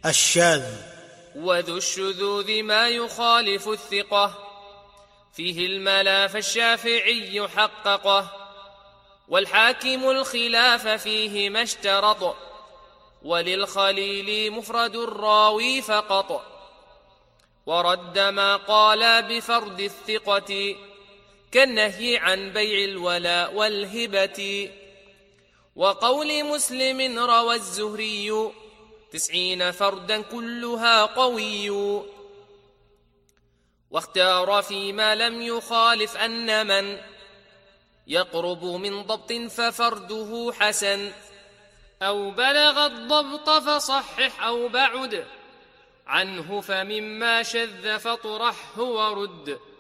الشاذ. وذو الشذوذ ما يخالف الثقة، فيه الملا فالشافعي حققه، والحاكم الخلاف فيه ما اشترط، وللخليل مفرد الراوي فقط. ورد ما قال بفرد الثقة، كالنهي عن بيع الولاء والهبة. وقول مسلم روى الزهري 90 فردا كلها قوي. واختار فيما لم يخالف أن من يقرب من ضبط ففرده حسن، أو بلغ الضبط فصحح أو بعد عنه، فمما شذ فاطرحه ورد.